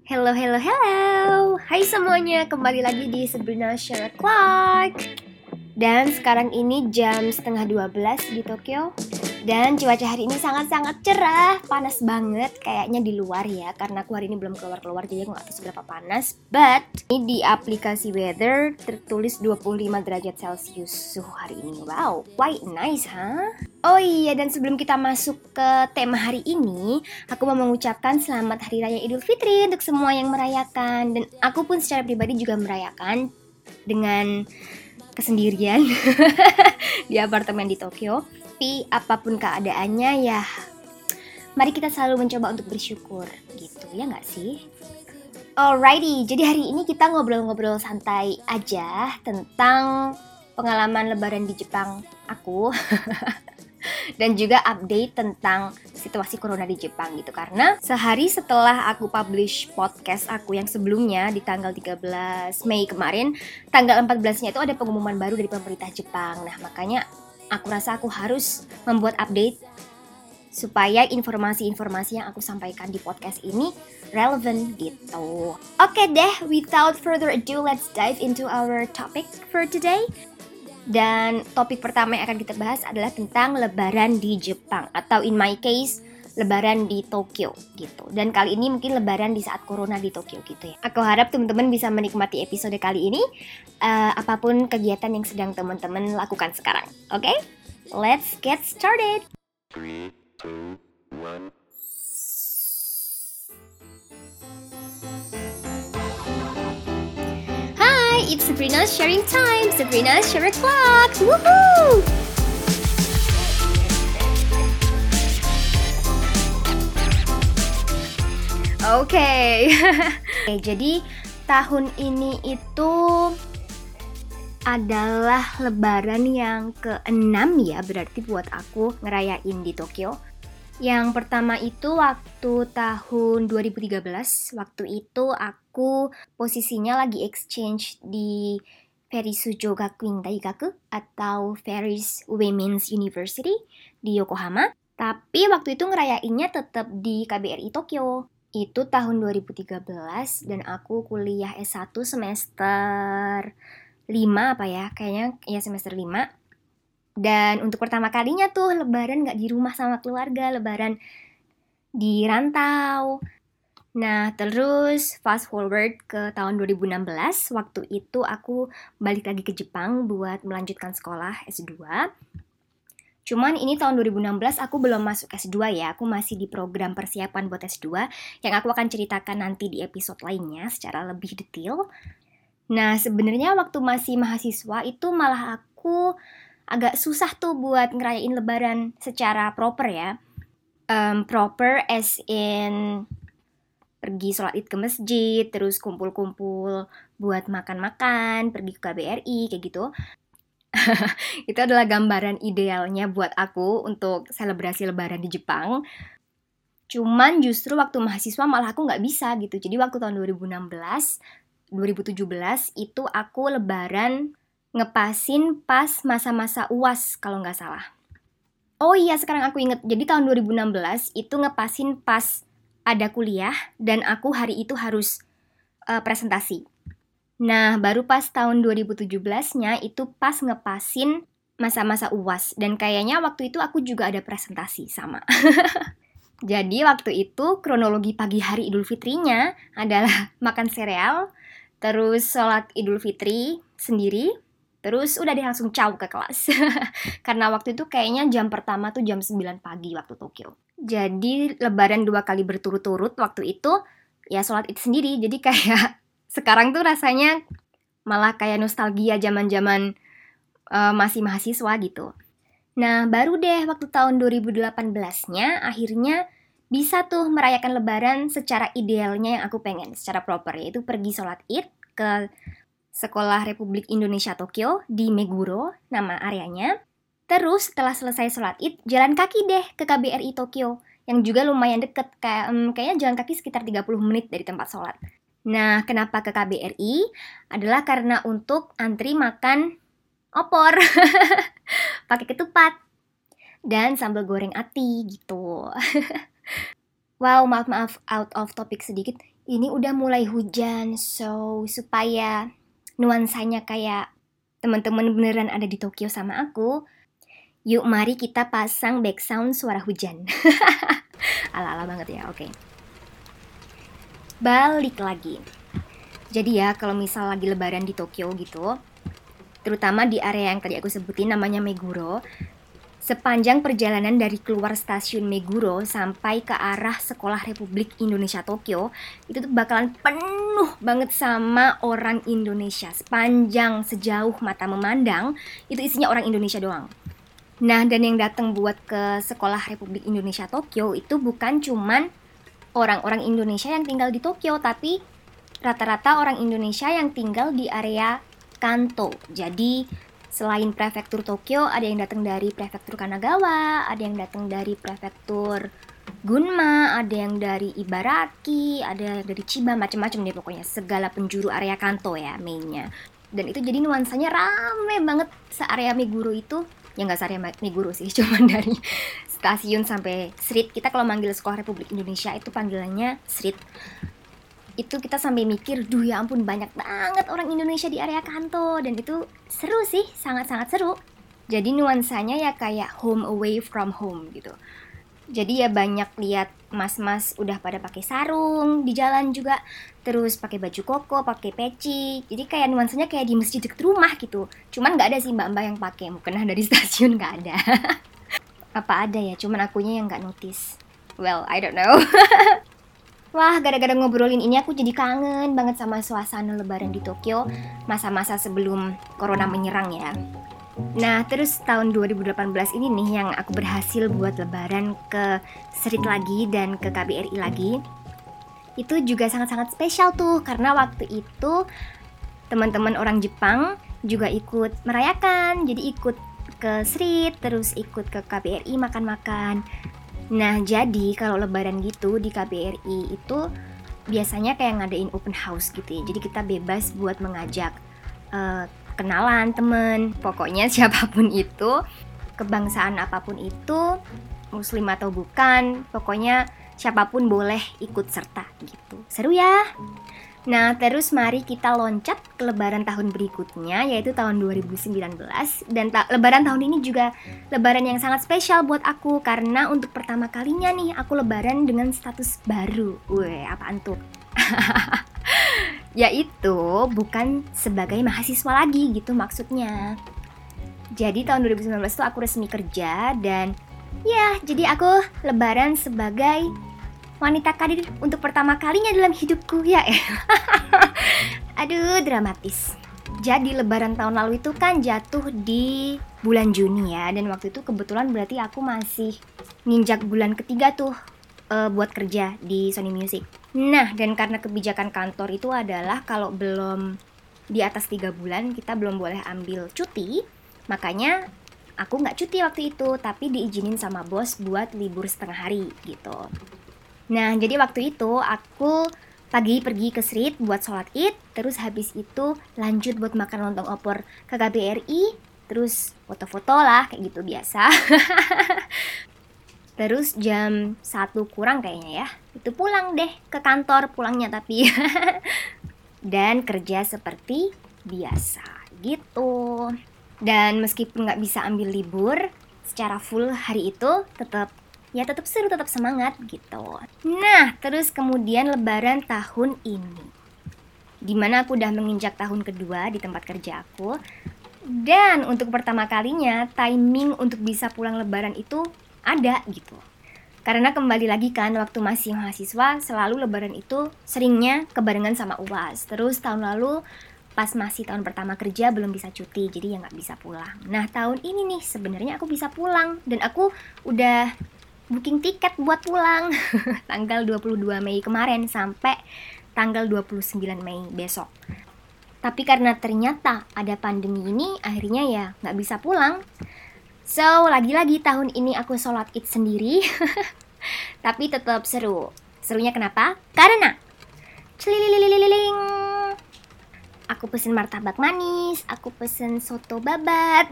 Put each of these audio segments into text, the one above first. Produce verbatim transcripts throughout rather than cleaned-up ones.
Hello, hello, hello. Hai semuanya, kembali lagi di Sabrina Share Clock. Dan sekarang ini jam setengah dua belas di Tokyo. Dan cuaca hari ini sangat-sangat cerah, panas banget kayaknya di luar ya, karena aku hari ini belum keluar-keluar jadi aku gak tahu seberapa panas. But ini di aplikasi weather tertulis dua puluh lima derajat Celcius suhu hari ini. Wow, quite nice, huh? Oh iya, dan sebelum kita masuk ke tema hari ini, aku mau mengucapkan selamat Hari Raya Idul Fitri untuk semua yang merayakan. Dan aku pun secara pribadi juga merayakan dengan kesendirian di apartemen di Tokyo. Tapi apapun keadaannya ya, mari kita selalu mencoba untuk bersyukur gitu, ya nggak sih? Alrighty, jadi hari ini kita ngobrol-ngobrol santai aja tentang pengalaman lebaran di Jepang aku. Dan juga update tentang situasi corona di Jepang gitu. Karena sehari setelah aku publish podcast aku yang sebelumnya di tanggal tiga belas Mei kemarin, tanggal empat belasnya itu ada pengumuman baru dari pemerintah Jepang. Nah makanya aku rasa aku harus membuat update supaya informasi-informasi yang aku sampaikan di podcast ini relevan gitu. Oke deh, without further ado, let's dive into our topic for today. Dan topik pertama yang akan kita bahas adalah tentang lebaran di Jepang, atau in my case, lebaran di Tokyo gitu. Dan kali ini mungkin lebaran di saat corona di Tokyo gitu ya. Aku harap teman-teman bisa menikmati episode kali ini, uh, apapun kegiatan yang sedang teman-teman lakukan sekarang. Oke? Okay? Let's get started! three, two, one. It's Sabrina's sharing time. Sabrina's share clock. Woohoo! Oke. Okay. okay, jadi tahun ini itu adalah lebaran yang keenam ya, berarti buat aku ngerayain di Tokyo. Yang pertama itu waktu tahun dua ribu tiga belas, waktu itu aku posisinya lagi exchange di Ferisujo Gakuin Daigaku atau Ferris Women's University di Yokohama. Tapi waktu itu ngerayainnya tetap di K B R I Tokyo. Itu tahun dua ribu tiga belas dan aku kuliah S satu semester lima apa ya, kayaknya ya semester lima. Dan untuk pertama kalinya tuh lebaran gak di rumah sama keluarga, lebaran di rantau. Nah terus fast forward ke tahun dua ribu enam belas, waktu itu aku balik lagi ke Jepang buat melanjutkan sekolah S dua. Cuman ini tahun dua ribu enam belas aku belum masuk S dua ya, aku masih di program persiapan buat S dua yang aku akan ceritakan nanti di episode lainnya secara lebih detail. Nah sebenarnya waktu masih mahasiswa itu malah aku agak susah tuh buat ngerayain lebaran secara proper ya. Um, proper as in pergi sholat id ke masjid, terus kumpul-kumpul buat makan-makan, pergi ke K B R I, kayak gitu. Itu adalah gambaran idealnya buat aku untuk selebrasi lebaran di Jepang. Cuman justru waktu mahasiswa malah aku gak bisa gitu. Jadi waktu tahun dua ribu enam belas, dua ribu tujuh belas itu aku lebaran ngepasin pas masa-masa U A S kalau nggak salah. Oh iya, sekarang aku inget. Jadi tahun dua ribu enam belas itu ngepasin pas ada kuliah dan aku hari itu harus uh, presentasi. Nah, baru pas tahun dua ribu tujuh belas-nya itu pas ngepasin masa-masa U A S. Dan kayaknya waktu itu aku juga ada presentasi sama. Jadi waktu itu kronologi pagi hari Idul Fitrinya adalah makan sereal, terus sholat Idul Fitri sendiri, terus udah deh langsung caw ke kelas. Karena waktu itu kayaknya jam pertama tuh jam sembilan pagi waktu Tokyo. Jadi lebaran dua kali berturut-turut waktu itu ya sholat id sendiri. Jadi kayak sekarang tuh rasanya malah kayak nostalgia zaman-zaman uh, masih mahasiswa gitu. Nah baru deh waktu tahun dua ribu delapan belas-nya akhirnya bisa tuh merayakan lebaran secara idealnya yang aku pengen, secara proper, yaitu pergi sholat id ke Sekolah Republik Indonesia Tokyo di Meguro, nama areanya. Terus setelah selesai sholat id, jalan kaki deh ke K B R I Tokyo, yang juga lumayan deket, kayak, um, kayaknya jalan kaki sekitar tiga puluh menit dari tempat sholat. Nah, kenapa ke K B R I? Adalah karena untuk antri makan opor, pakai ketupat, dan sambal goreng ati gitu. Wow, maaf-maaf out of topic sedikit. Ini udah mulai hujan, so supaya nuansanya kayak teman-teman beneran ada di Tokyo sama aku, yuk mari kita pasang background suara hujan. Ala-ala banget ya, oke. Balik lagi. Jadi ya, kalau misal lagi lebaran di Tokyo gitu, terutama di area yang tadi aku sebutin namanya Meguro, sepanjang perjalanan dari keluar stasiun Meguro sampai ke arah Sekolah Republik Indonesia Tokyo, itu tuh bakalan penuh banget sama orang Indonesia. Sepanjang sejauh mata memandang, itu isinya orang Indonesia doang. Nah, dan yang datang buat ke Sekolah Republik Indonesia Tokyo itu bukan cuman orang-orang Indonesia yang tinggal di Tokyo, tapi rata-rata orang Indonesia yang tinggal di area Kanto. Jadi selain prefektur Tokyo, ada yang datang dari prefektur Kanagawa, ada yang datang dari prefektur Gunma, ada yang dari Ibaraki, ada yang dari Chiba, macam-macam deh pokoknya. Segala penjuru area Kanto ya mainnya. Dan itu jadi nuansanya rame banget searea Meguro itu. Ya nggak searea Meguro sih, cuman dari stasiun sampai street. Kita kalau manggil Sekolah Republik Indonesia itu panggilannya street. Itu kita sampai mikir, duh ya ampun banyak banget orang Indonesia di area Kanto. Dan itu seru sih, sangat-sangat seru. Jadi nuansanya ya kayak home away from home gitu. Jadi ya banyak lihat mas-mas udah pada pakai sarung di jalan juga, terus pakai baju koko, pakai peci. Jadi kayak nuansanya kayak di masjid deket rumah gitu. Cuman nggak ada sih mbak-mbak yang pakai mukena dari stasiun, nggak ada. Apa ada ya? Cuman akunya yang nggak notice. Well, I don't know. Wah, gara-gara ngobrolin ini aku jadi kangen banget sama suasana lebaran di Tokyo masa-masa sebelum corona menyerang ya. Nah, terus tahun dua ribu delapan belas ini nih yang aku berhasil buat lebaran ke Street lagi dan ke K B R I lagi. Itu juga sangat-sangat spesial tuh karena waktu itu teman-teman orang Jepang juga ikut merayakan. Jadi ikut ke Street, terus ikut ke K B R I makan-makan. Nah, jadi kalau lebaran gitu di K B R I itu biasanya kayak ngadain open house gitu ya. Jadi kita bebas buat mengajak uh, kenalan temen. Pokoknya siapapun itu, kebangsaan apapun itu, muslim atau bukan, pokoknya siapapun boleh ikut serta gitu. Seru ya? Nah, terus mari kita loncat ke lebaran tahun berikutnya, yaitu tahun dua ribu sembilan belas. Dan ta- lebaran tahun ini juga lebaran yang sangat spesial buat aku, karena untuk pertama kalinya nih aku lebaran dengan status baru. Weh, apaan tuh? Yaitu bukan sebagai mahasiswa lagi gitu maksudnya. Jadi tahun dua ribu sembilan belas tuh aku resmi kerja dan ya, jadi aku lebaran sebagai wanita karir untuk pertama kalinya dalam hidupku ya. Aduh, dramatis. Jadi lebaran tahun lalu itu kan jatuh di bulan Juni ya. Dan waktu itu kebetulan berarti aku masih nginjak bulan ketiga tuh uh, buat kerja di Sony Music. Nah, dan karena kebijakan kantor itu adalah kalau belum di atas tiga bulan kita belum boleh ambil cuti. Makanya aku gak cuti waktu itu, tapi diizinin sama bos buat libur setengah hari gitu. Nah, jadi waktu itu aku pagi pergi ke street buat sholat id, terus habis itu lanjut buat makan lontong opor ke K B R I, terus foto-foto lah, kayak gitu biasa. Terus jam satu kurang kayaknya ya, itu pulang deh ke kantor, pulangnya tapi. Dan kerja seperti biasa gitu. Dan meskipun gak bisa ambil libur secara full hari itu, tetap ya tetap seru, tetap semangat gitu. Nah, terus kemudian lebaran tahun ini, dimana aku udah menginjak tahun kedua di tempat kerja aku. Dan untuk pertama kalinya timing untuk bisa pulang lebaran itu ada gitu. Karena kembali lagi kan waktu masih mahasiswa selalu lebaran itu seringnya kebarengan sama U A S. Terus tahun lalu pas masih tahun pertama kerja belum bisa cuti, jadi ya nggak bisa pulang. Nah, tahun ini nih sebenarnya aku bisa pulang dan aku udah booking tiket buat pulang tanggal dua puluh dua Mei kemarin sampai tanggal dua puluh sembilan Mei besok. Tapi karena ternyata ada pandemi ini, akhirnya ya nggak bisa pulang. So, lagi-lagi tahun ini aku sholat id sendiri. Tapi tetap seru. Serunya kenapa? Karena celililililing, aku pesen martabak manis, aku pesen soto babat,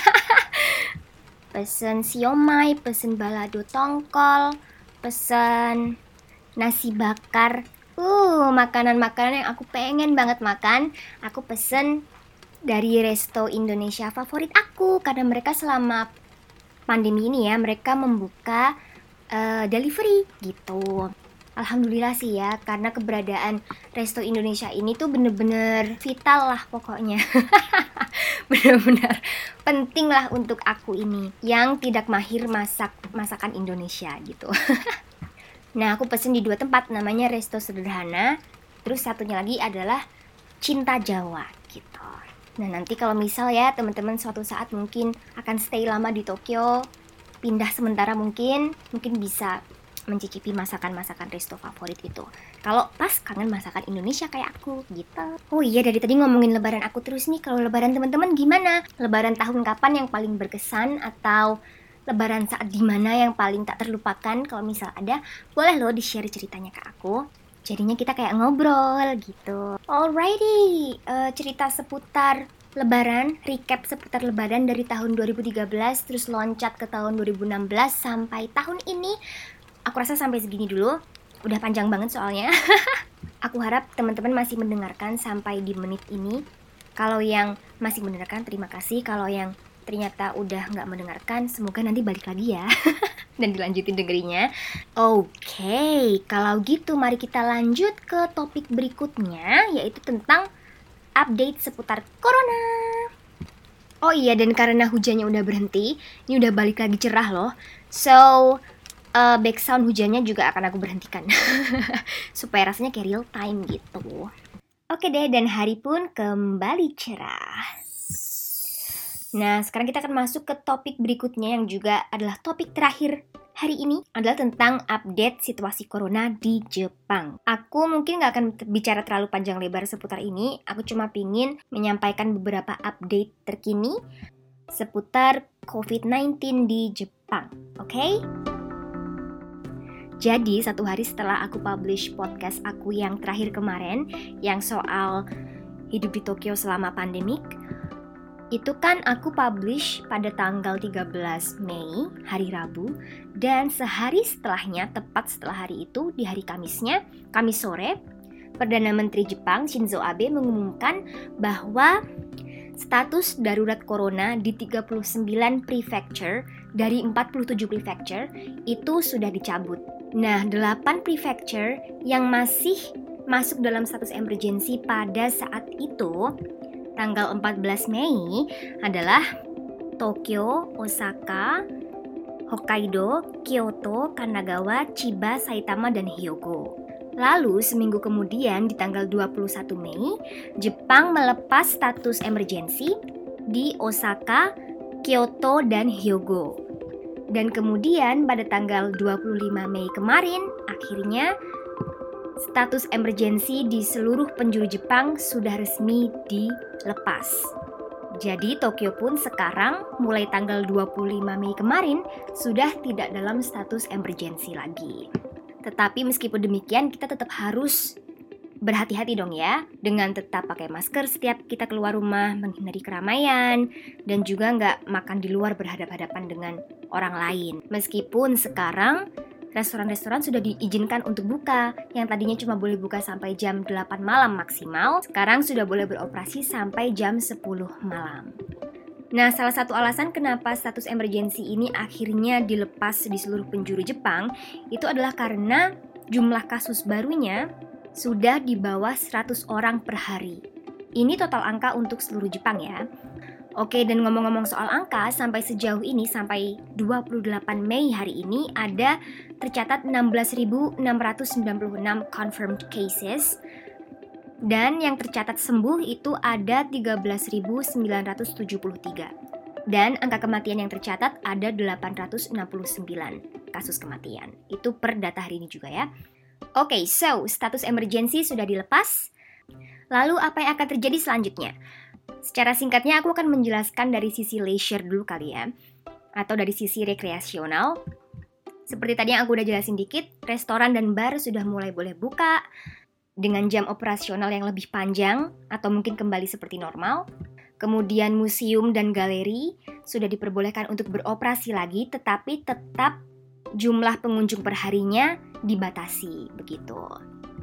pesen siomay, pesen balado tongkol, pesen nasi bakar Uh, makanan-makanan yang aku pengen banget makan, aku pesen dari resto Indonesia favorit aku. Karena mereka selama pandemi ini ya, mereka membuka uh, delivery gitu. Alhamdulillah sih ya, karena keberadaan resto Indonesia ini tuh bener-bener vital lah pokoknya. Bener-bener penting lah untuk aku ini, yang tidak mahir masak masakan Indonesia gitu. Nah, aku pesen di dua tempat, namanya Resto Sederhana, terus satunya lagi adalah Cinta Jawa gitu. Nah, nanti kalau misal ya teman-teman suatu saat mungkin akan stay lama di Tokyo, pindah sementara mungkin, mungkin bisa mencicipi masakan-masakan resto favorit itu. Kalau pas kangen masakan Indonesia kayak aku gitu. Oh iya, dari tadi ngomongin lebaran aku terus nih. Kalau lebaran teman-teman gimana? Lebaran tahun kapan yang paling berkesan, atau lebaran saat dimana yang paling tak terlupakan? Kalau misal ada, boleh loh di-share ceritanya ke aku. Jadinya kita kayak ngobrol gitu. Alrighty, uh, cerita seputar Lebaran, recap seputar Lebaran dari tahun dua ribu tiga belas, terus loncat ke tahun dua ribu enam belas sampai tahun ini. Aku rasa sampai segini dulu, udah panjang banget soalnya. Aku harap teman-teman masih mendengarkan sampai di menit ini. Kalau yang masih mendengarkan, terima kasih. Kalau yang ternyata udah nggak mendengarkan, semoga nanti balik lagi ya. Dan dilanjutin dengerinnya. Oke, okay, kalau gitu mari kita lanjut ke topik berikutnya, yaitu tentang update seputar Corona. Oh iya, dan karena hujannya udah berhenti, ini udah balik lagi cerah loh. So, uh, background hujannya juga akan aku berhentikan. Supaya rasanya kayak real time gitu. Oke deh, dan hari pun kembali cerah. Nah, sekarang kita akan masuk ke topik berikutnya yang juga adalah topik terakhir hari ini, adalah tentang update situasi Corona di Jepang. Aku mungkin gak akan bicara terlalu panjang lebar seputar ini, aku cuma pingin menyampaikan beberapa update terkini seputar covid sembilan belas di Jepang, oke? Okay? Jadi, satu hari setelah aku publish podcast aku yang terakhir kemarin, yang soal hidup di Tokyo selama pandemik, itu kan aku publish pada tanggal tiga belas Mei, hari Rabu, dan sehari setelahnya, tepat setelah hari itu, di hari Kamisnya, Kamis sore, Perdana Menteri Jepang Shinzo Abe mengumumkan bahwa status darurat corona di tiga puluh sembilan prefecture dari empat puluh tujuh prefecture itu sudah dicabut. Nah, delapan prefecture yang masih masuk dalam status emergency pada saat itu, tanggal empat belas Mei, adalah Tokyo, Osaka, Hokkaido, Kyoto, Kanagawa, Chiba, Saitama, dan Hyogo. Lalu seminggu kemudian di tanggal dua puluh satu Mei, Jepang melepas status emergency di Osaka, Kyoto, dan Hyogo. Dan kemudian pada tanggal dua puluh lima Mei kemarin, akhirnya status emergency di seluruh penjuru Jepang sudah resmi dilepas. Jadi Tokyo pun sekarang mulai tanggal dua puluh lima Mei kemarin sudah tidak dalam status emergency lagi. Tetapi meskipun demikian, kita tetap harus berhati-hati dong ya, dengan tetap pakai masker setiap kita keluar rumah, menghindari keramaian, dan juga nggak makan di luar berhadapan-hadapan dengan orang lain. Meskipun sekarang restoran-restoran sudah diizinkan untuk buka, yang tadinya cuma boleh buka sampai jam delapan malam maksimal, sekarang sudah boleh beroperasi sampai jam sepuluh malam. Nah, salah satu alasan kenapa status emergency ini akhirnya dilepas di seluruh penjuru Jepang, itu adalah karena jumlah kasus barunya sudah di bawah seratus orang per hari. Ini total angka untuk seluruh Jepang ya. Oke, dan ngomong-ngomong soal angka, sampai sejauh ini, sampai dua puluh delapan Mei hari ini, ada tercatat enam belas ribu enam ratus sembilan puluh enam confirmed cases, dan yang tercatat sembuh itu ada tiga belas ribu sembilan ratus tujuh puluh tiga. Dan angka kematian yang tercatat ada delapan ratus enam puluh sembilan kasus kematian. Itu per data hari ini juga ya. Oke, so status emergency sudah dilepas. Lalu apa yang akan terjadi selanjutnya? Secara singkatnya aku akan menjelaskan dari sisi leisure dulu kali ya, atau dari sisi rekreasional. Seperti tadi yang aku udah jelasin dikit, restoran dan bar sudah mulai boleh buka dengan jam operasional yang lebih panjang atau mungkin kembali seperti normal. Kemudian museum dan galeri sudah diperbolehkan untuk beroperasi lagi, tetapi tetap jumlah pengunjung perharinya dibatasi begitu.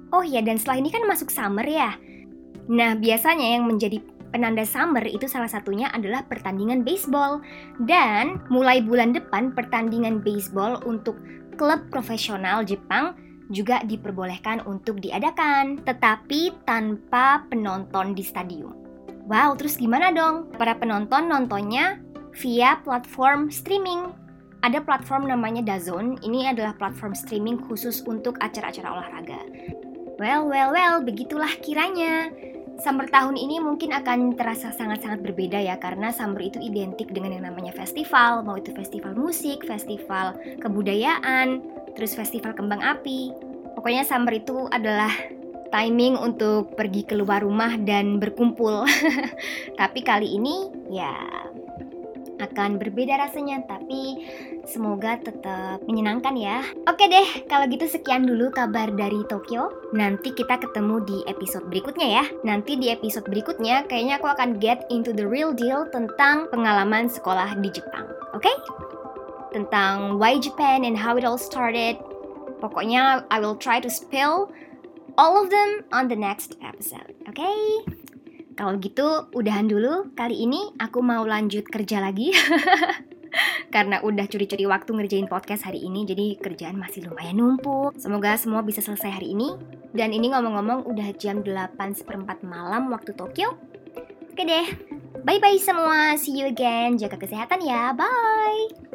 Oh ya, dan setelah ini kan masuk summer ya. Nah, biasanya yang menjadi penanda summer itu salah satunya adalah pertandingan baseball. Dan mulai bulan depan pertandingan baseball untuk klub profesional Jepang juga diperbolehkan untuk diadakan, tetapi tanpa penonton di stadium. Wow, terus gimana dong? Para penonton nontonnya via platform streaming. Ada platform namanya DAZN, ini adalah platform streaming khusus untuk acara-acara olahraga. Well, well, well, begitulah kiranya. Summer tahun ini mungkin akan terasa sangat-sangat berbeda ya, karena summer itu identik dengan yang namanya festival, mau itu festival musik, festival kebudayaan, terus festival kembang api. Pokoknya summer itu adalah timing untuk pergi keluar rumah dan berkumpul. Tapi kali ini ya akan berbeda rasanya, tapi semoga tetap menyenangkan ya. Oke deh, kalau gitu sekian dulu kabar dari Tokyo. Nanti kita ketemu di episode berikutnya ya. Nanti di episode berikutnya kayaknya aku akan get into the real deal tentang pengalaman sekolah di Jepang. Oke? Okay? Tentang why Japan and how it all started. Pokoknya I will try to spill all of them on the next episode. Oke? Okay? Kalau gitu, udahan dulu. Kali ini aku mau lanjut kerja lagi. Karena udah curi-curi waktu ngerjain podcast hari ini, jadi kerjaan masih lumayan numpuk. Semoga semua bisa selesai hari ini. Dan ini ngomong-ngomong udah jam delapan seperempat malam waktu Tokyo. Oke deh, bye-bye semua. See you again. Jaga kesehatan ya. Bye!